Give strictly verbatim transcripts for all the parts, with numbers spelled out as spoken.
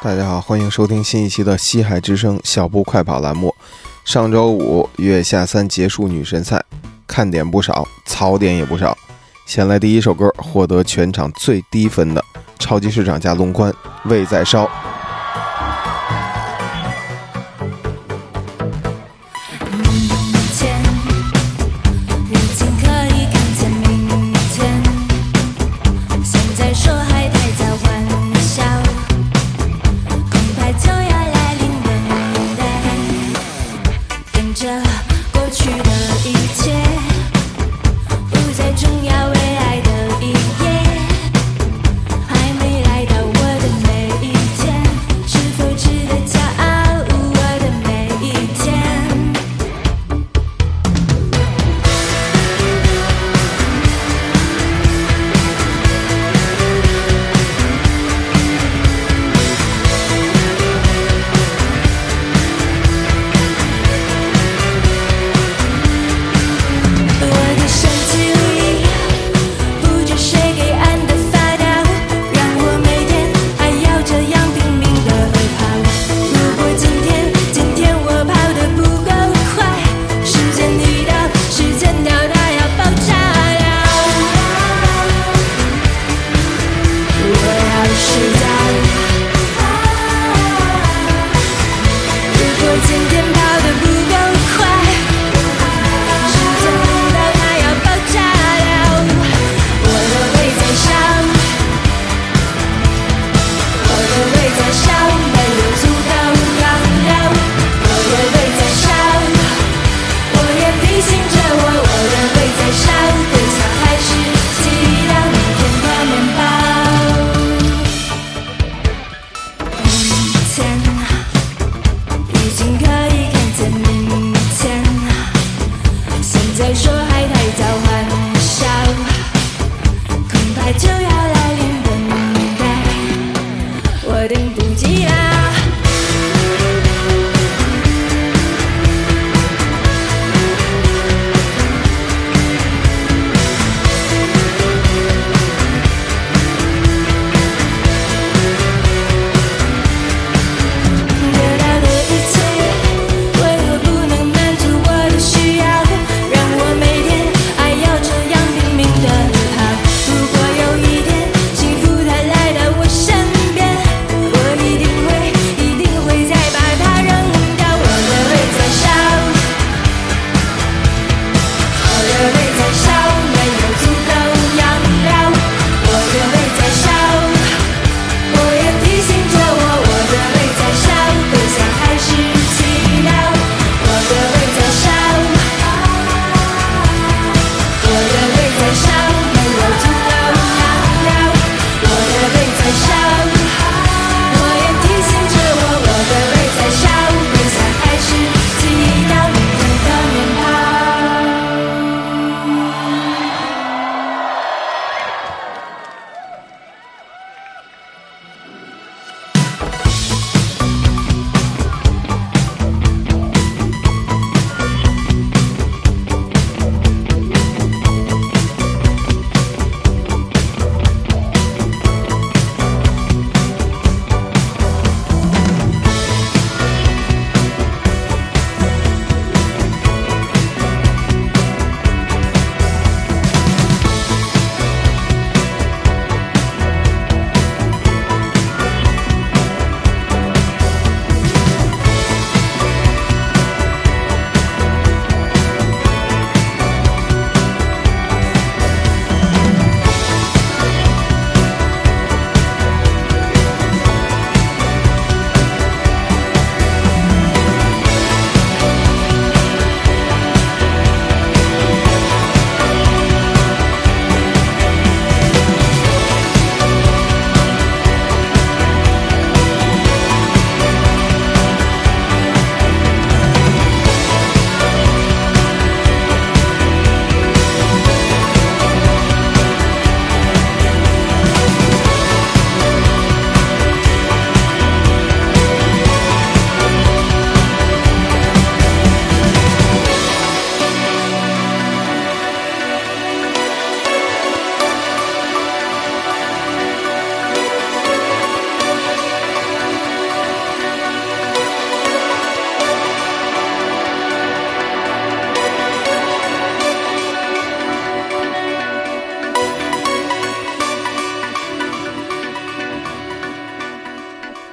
大家好，欢迎收听新一期的西海之声小步快跑栏目。上周五月下三结束女神赛，看点不少，槽点也不少。先来第一首歌，获得全场最低分的超级市场加龙宽，味在烧。 还没来到我的每一天。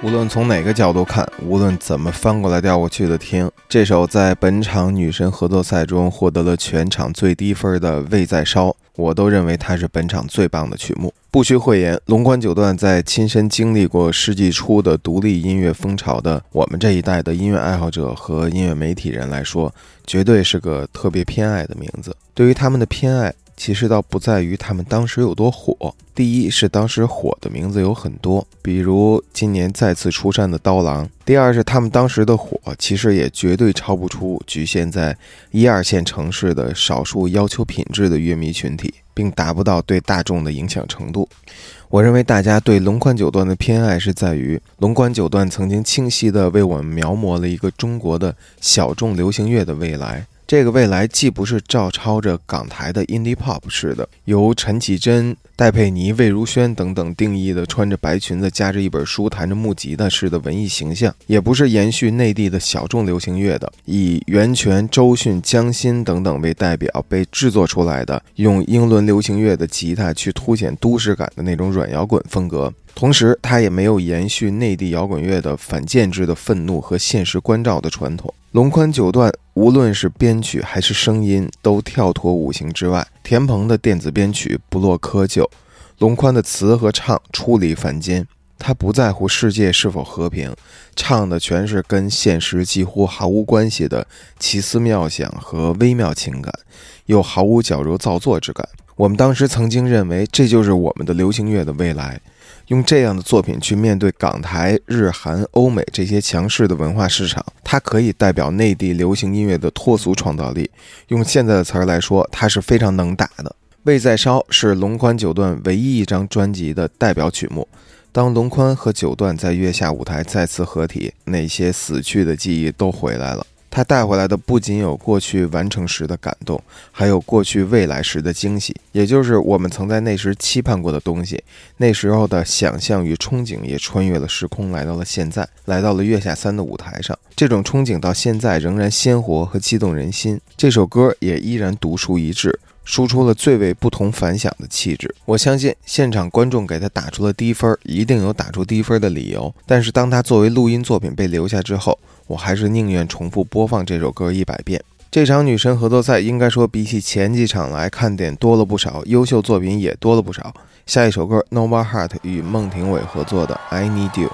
无论从哪个角度看，无论怎么翻过来调过去的听，这首在本场女神合作赛中获得了全场最低分的《味在烧》，我都认为它是本场最棒的曲目。不需讳言，龙宽九段在亲身经历过世纪初的独立音乐风潮的我们这一代的音乐爱好者和音乐媒体人来说，绝对是个特别偏爱的名字。对于他们的偏爱，其实倒不在于他们当时有多火，第一是当时火的名字有很多，比如今年再次出山的刀郎；第二是他们当时的火其实也绝对超不出局限在一二线城市的少数要求品质的乐迷群体，并达不到对大众的影响程度。我认为大家对龙宽九段的偏爱是在于龙宽九段曾经清晰地为我们描摹了一个中国的小众流行乐的未来。这个未来既不是照抄着港台的 indie pop 式的由陈绮贞、戴佩妮、魏如萱等等定义的穿着白裙子夹着一本书弹着木吉他式的文艺形象，也不是延续内地的小众流行乐的以袁泉、周迅、江心等等为代表被制作出来的用英伦流行乐的吉他去凸显都市感的那种软摇滚风格。同时它也没有延续内地摇滚乐的反建制的愤怒和现实关照的传统。龙宽九段无论是编曲还是声音都跳脱五行之外，田鹏的电子编曲不落窠臼，龙宽的词和唱出离凡间。他不在乎世界是否和平，唱的全是跟现实几乎毫无关系的奇思妙想和微妙情感，又毫无矫揉造作之感。我们当时曾经认为这就是我们的流行乐的未来，用这样的作品去面对港台、日韩、欧美这些强势的文化市场，它可以代表内地流行音乐的脱俗创造力。用现在的词儿来说，它是非常能打的。味在烧是龙宽九段唯一一张专辑的代表曲目。当龙宽和九段在月下舞台再次合体，那些死去的记忆都回来了。他带回来的不仅有过去完成时的感动，还有过去未来时的惊喜，也就是我们曾在那时期盼过的东西。那时候的想象与憧憬也穿越了时空，来到了现在，来到了月下三的舞台上。这种憧憬到现在仍然鲜活和激动人心，这首歌也依然独树一帜，输出了最为不同凡响的气质。我相信现场观众给他打出了低分，一定有打出低分的理由，但是当他作为录音作品被留下之后，我还是宁愿重复播放这首歌一百遍。这场女神合作赛应该说比起前几场来看点多了不少，优秀作品也多了不少。下一首歌 Nova Heart 与孟庭苇合作的 I Need You。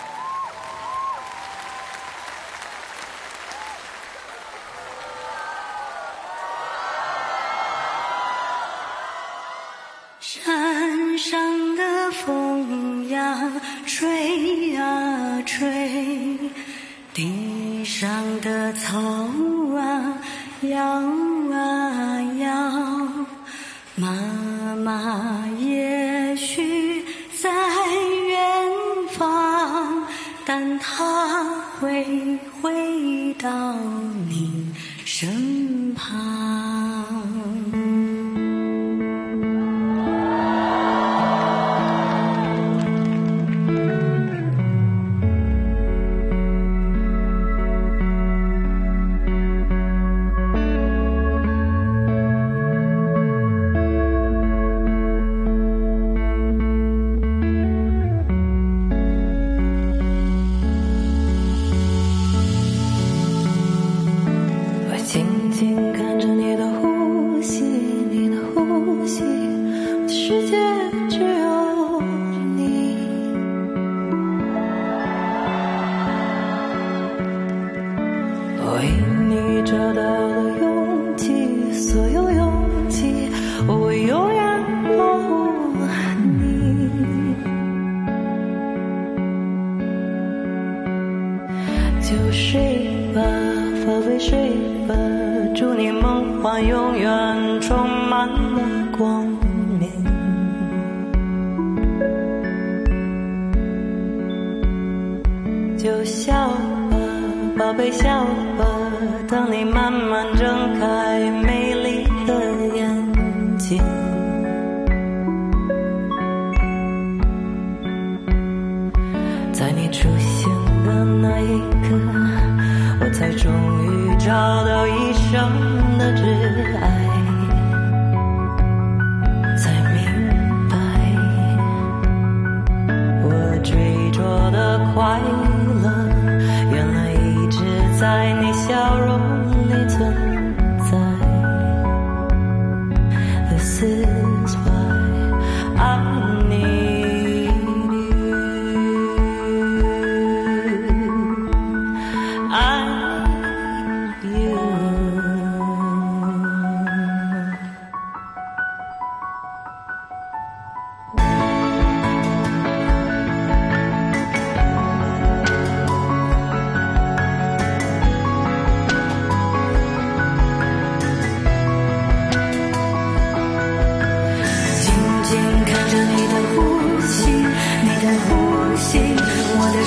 山上的风呀吹呀吹，地上的草啊摇啊摇，妈妈也许在远方，但她会回到你身旁。为你找到了勇气，所有勇气，我会永远保护你。就睡吧，宝贝睡吧，祝你梦幻永远充满了光明。就笑吧，宝贝笑吧，当你慢慢睁开美丽的眼睛。在你出现的那一刻，我才终于找到一生的挚爱，才明白我追逐的快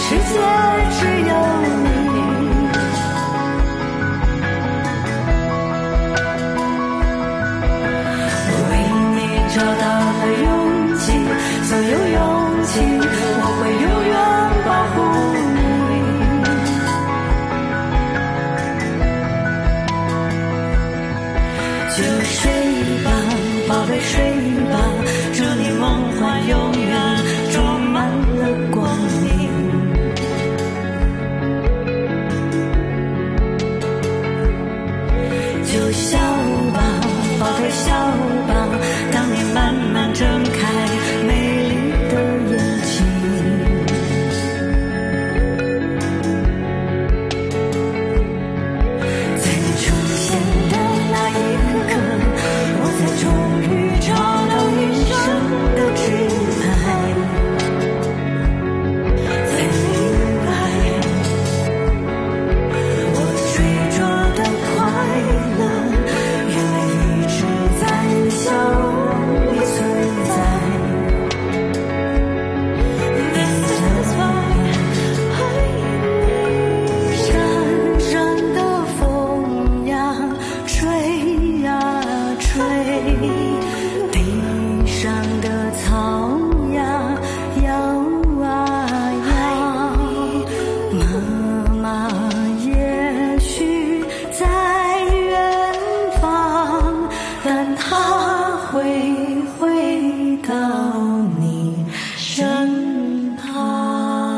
世界只有你。为你找到了勇气，所有勇气，我会永远保护你。就睡吧，宝贝，睡吧，祝你梦幻永远装满了光明。就笑吧，宝贝，笑吧，当你慢慢睁开美丽的眼睛。在你出现的那一刻，我才终于找到一生的指牌。在你以外，我追逐的快乐，原来一直在你笑容里存在。This is why 爱你，闪闪的风呀，吹呀吹，地上的草呀摇啊摇。妈妈也许在远方，但她会回到你身旁。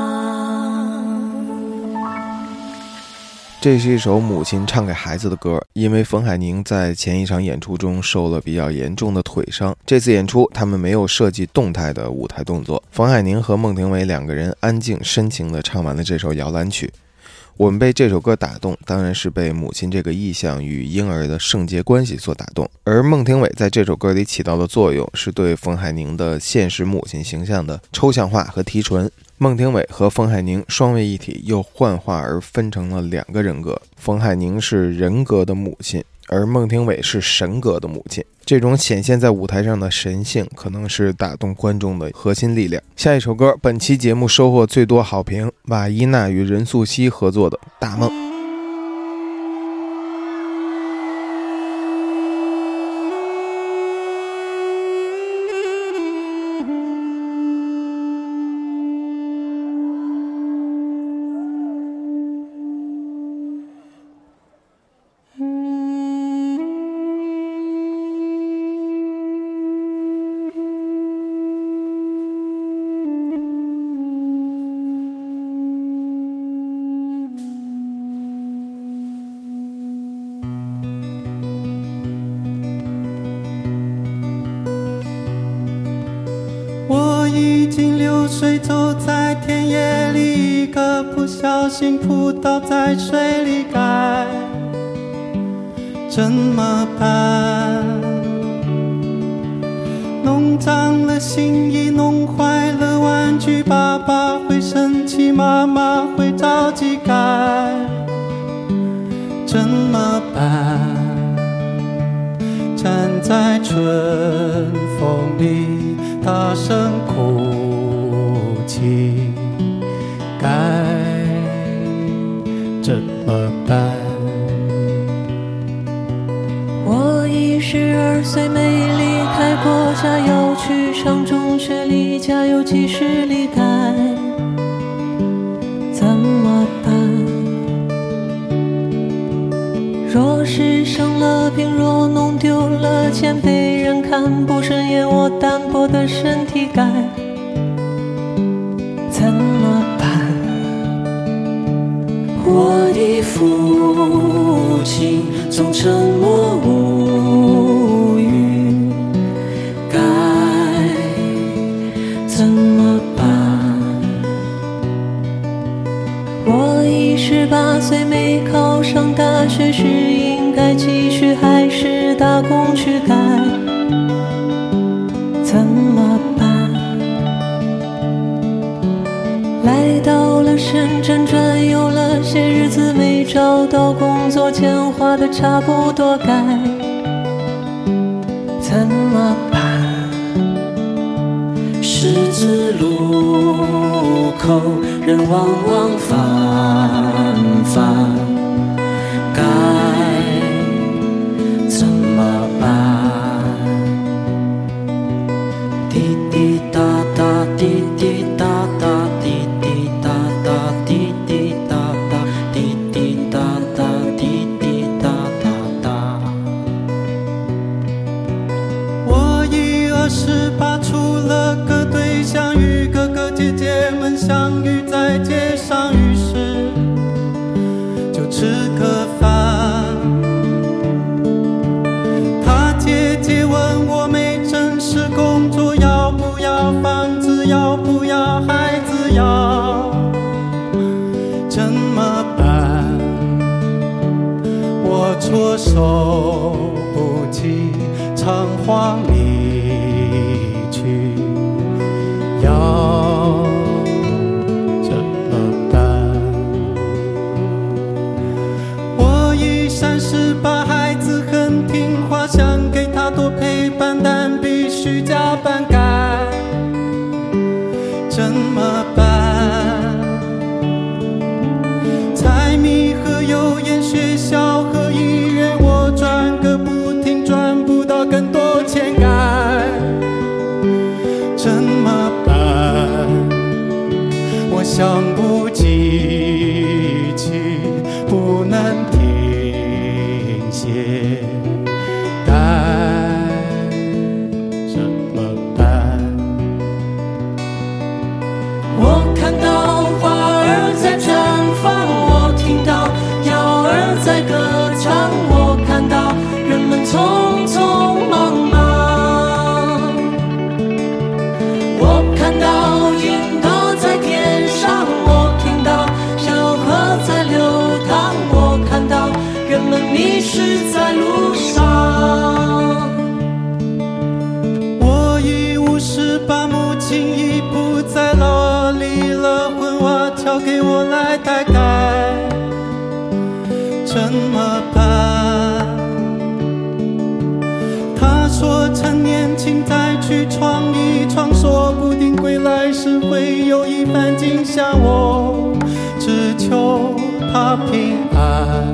这是一首母亲唱给孩子的歌，因为冯海宁在前一场演出中受了比较严重的腿伤，这次演出他们没有设计动态的舞台动作，冯海宁和孟庭苇两个人安静深情地唱完了这首摇篮曲。我们被这首歌打动，当然是被母亲这个意象与婴儿的圣洁关系所打动，而孟庭苇在这首歌里起到的作用是对冯海宁的现实母亲形象的抽象化和提纯。孟庭苇和冯海宁双位一体，又幻化而分成了两个人格，冯海宁是人格的母亲，而孟庭苇是神格的母亲。这种显现在舞台上的神性，可能是打动观众的核心力量。下一首歌，本期节目收获最多好评，瓦伊娜与任素汐合作的《大梦》。 我已经流水走在田野里，一个不小心扑倒在水里，该怎么办？弄脏了心意，弄坏了玩具，爸爸会生气，妈妈会着急，该怎么办？站在春风里大声哭泣，该怎么办？ 我已十二岁，没离开过家，要去上中学，离家有几十里，该怎么办？若是生了病，若弄丢了钱，被人看不顺眼我单薄的身体，该怎么办？我的父亲总沉默无语，该怎么办？我已十八岁，没考上大学，是应该继续还是打工去，该怎么办？来到了深圳转悠了些日子，没找到工作，钱花的差不多，该怎么办？是十字路口，人往往返返，该怎么办？滴滴答答，滴滴答答，滴滴答答，滴滴答答，滴滴答答，滴滴答答答。 我已二十八，除了个对象，与哥哥姐姐们相遇在街上，于是就吃个饭。他姐姐问我没正式工作，要不要房子，要不要孩子，要怎么办？我措手不及，仓皇离去，要怎么办？我已三十八，孩子很听话，想给他多陪伴，但必须加班，该怎么办？柴米和油盐，学校和医院，我转个不停，赚不到更多钱，该怎么办？我想不记起，不能停歇，该怎么办？ 我看到花儿在绽放，我听到鸟儿在歌唱，我看到人们匆匆忙忙，我看到云朵在天上，我听到小河在流淌，我看到人们迷失在路上。 我已五十八，母亲已不在，老儿离了婚，娃交给我来带，该怎么办？他说趁年轻再去闯一闯，说不定归来时会有一番景象，我只求他平安。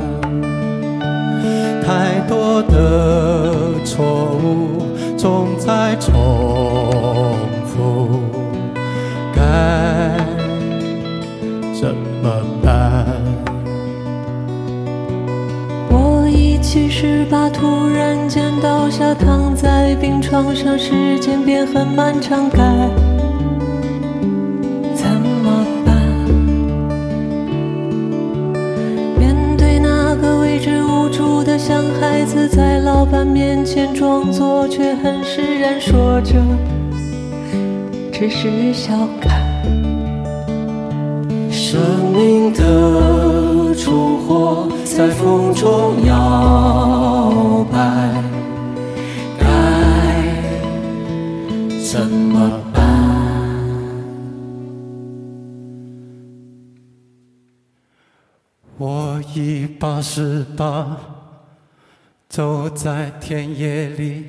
太多的错误总在重复，该怎么办？ 我已七十八，突然间倒下，躺在病床上，时间变很漫长，该怎么办？面对那个未知无助的像孩子，在老板面前装作，却很释然，说着只是小看。 生命的烛火在风中摇摆，该怎么办？ 我已八十八，走在田野里，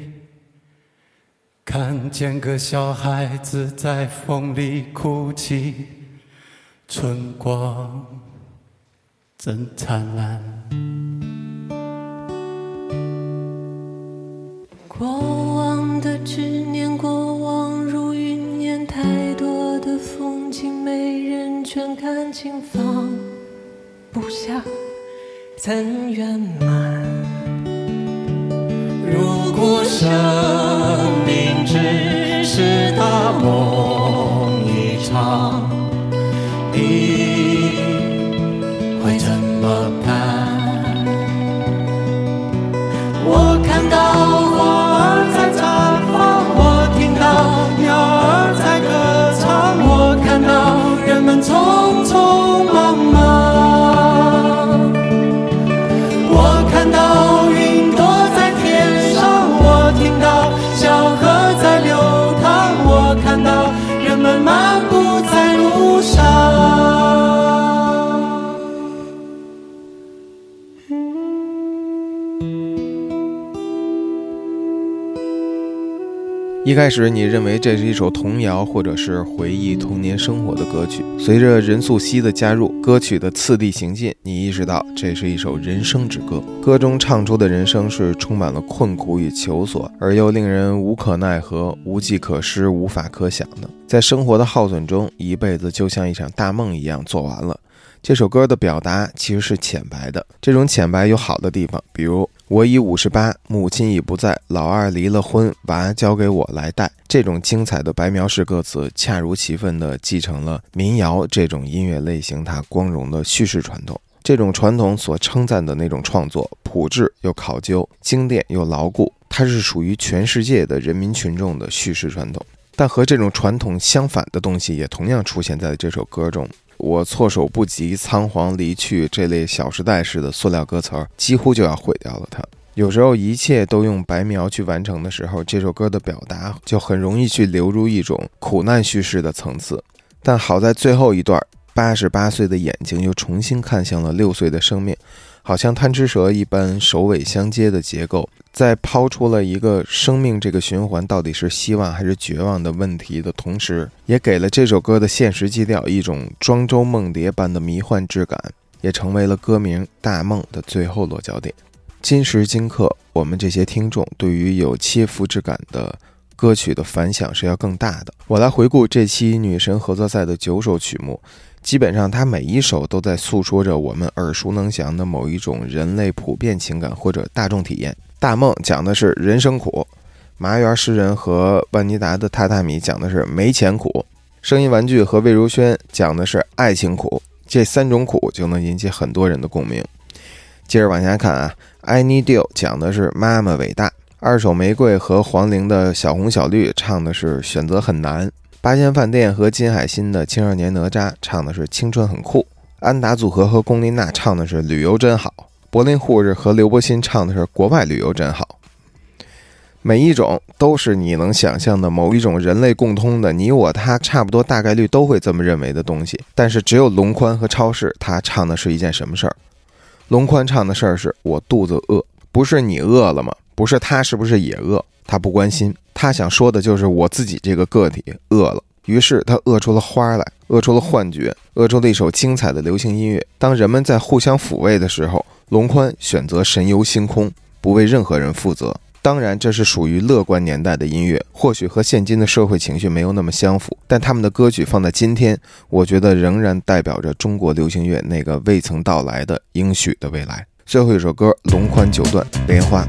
看见个小孩子在风里哭泣，春光真灿烂。 过往的执念，过往如云烟，太多的风景，没人全看清，放不下，怎圆满？ 如果生命只是大梦一场，你会怎么办？我看到花儿在绽放，我听到鸟儿在歌唱，我看到人们匆匆忙忙，我看到云朵在天上，我听到小河在流淌，我看到人们漫步在路上。 一开始你认为这是一首童谣或者是回忆童年生活的歌曲，随着任素汐的加入，歌曲的次第行进，你意识到这是一首人生之歌。歌中唱出的人生是充满了困苦与求索，而又令人无可奈何、无计可施、无法可想的。在生活的耗损中，一辈子就像一场大梦一样做完了。这首歌的表达其实是浅白的，这种浅白有好的地方，比如我已五十八，母亲已不在，老二离了婚，娃交给我来带。这种精彩的白描式歌词恰如其分地继承了民谣这种音乐类型它光荣的叙事传统。这种传统所称赞的那种创作，朴质又考究，经典又牢固，它是属于全世界的人民群众的叙事传统。但和这种传统相反的东西也同样出现在这首歌中。我措手不及，仓皇离去，这类小时代式的塑料歌词几乎就要毁掉了它。有时候一切都用白描去完成的时候，这首歌的表达就很容易去流入一种苦难叙事的层次。但好在最后一段，八十八岁的眼睛又重新看向了六岁的生命，好像贪吃蛇一般首尾相接的结构，在抛出了一个生命这个循环到底是希望还是绝望的问题的同时，也给了这首歌的现实基调一种庄周梦蝶般的迷幻质感，也成为了歌名大梦的最后落脚点。今时今刻，我们这些听众对于有切肤之感的歌曲的反响是要更大的。我来回顾这期女神合作赛的九首曲目，基本上它每一首都在诉说着我们耳熟能详的某一种人类普遍情感或者大众体验。大梦讲的是人生苦，麻园诗人和万妮达的榻榻米讲的是没钱苦，声音玩具和魏如萱讲的是爱情苦。这三种苦就能引起很多人的共鸣。接着往下看啊 I Need You 讲的是妈妈伟大，二手玫瑰和黄龄的小红小绿唱的是选择很难，八仙饭店和金海心的青少年哪吒唱的是青春很酷，安达组合和龚琳娜唱的是旅游真好，柏林护士和刘柏辛唱的是国外旅游真好。每一种都是你能想象的某一种人类共通的，你我他差不多大概率都会这么认为的东西。但是只有龙宽和超市他唱的是一件什么事儿？龙宽唱的事儿是我肚子饿，不是你饿了吗？不是他是不是也饿，他不关心，他想说的就是我自己这个个体饿了。于是他饿出了花来，饿出了幻觉，饿出了一首精彩的流行音乐。当人们在互相抚慰的时候，龙宽选择神游星空，不为任何人负责。当然这是属于乐观年代的音乐，或许和现今的社会情绪没有那么相符，但他们的歌曲放在今天，我觉得仍然代表着中国流行乐那个未曾到来的应许的未来。最后一首歌，龙宽九段莲花。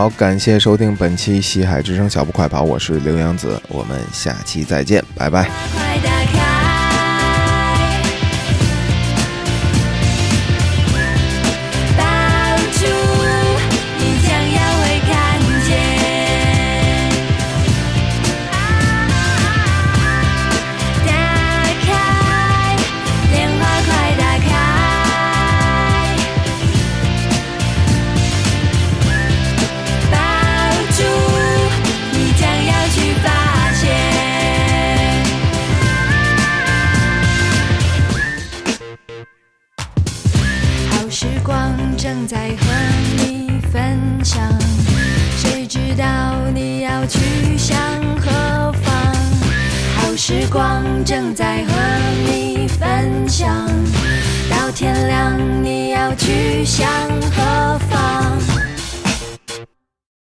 好，感谢收听本期西海之声小步快跑，我是刘洋子，我们下期再见，拜拜。 快打开，抱住你将要会看见，打开莲花，快打开，抱住你将要去发现。好时光正在和你分享，谁知道你要去向何方？好时光正在和你分享，到天亮你要去向何方？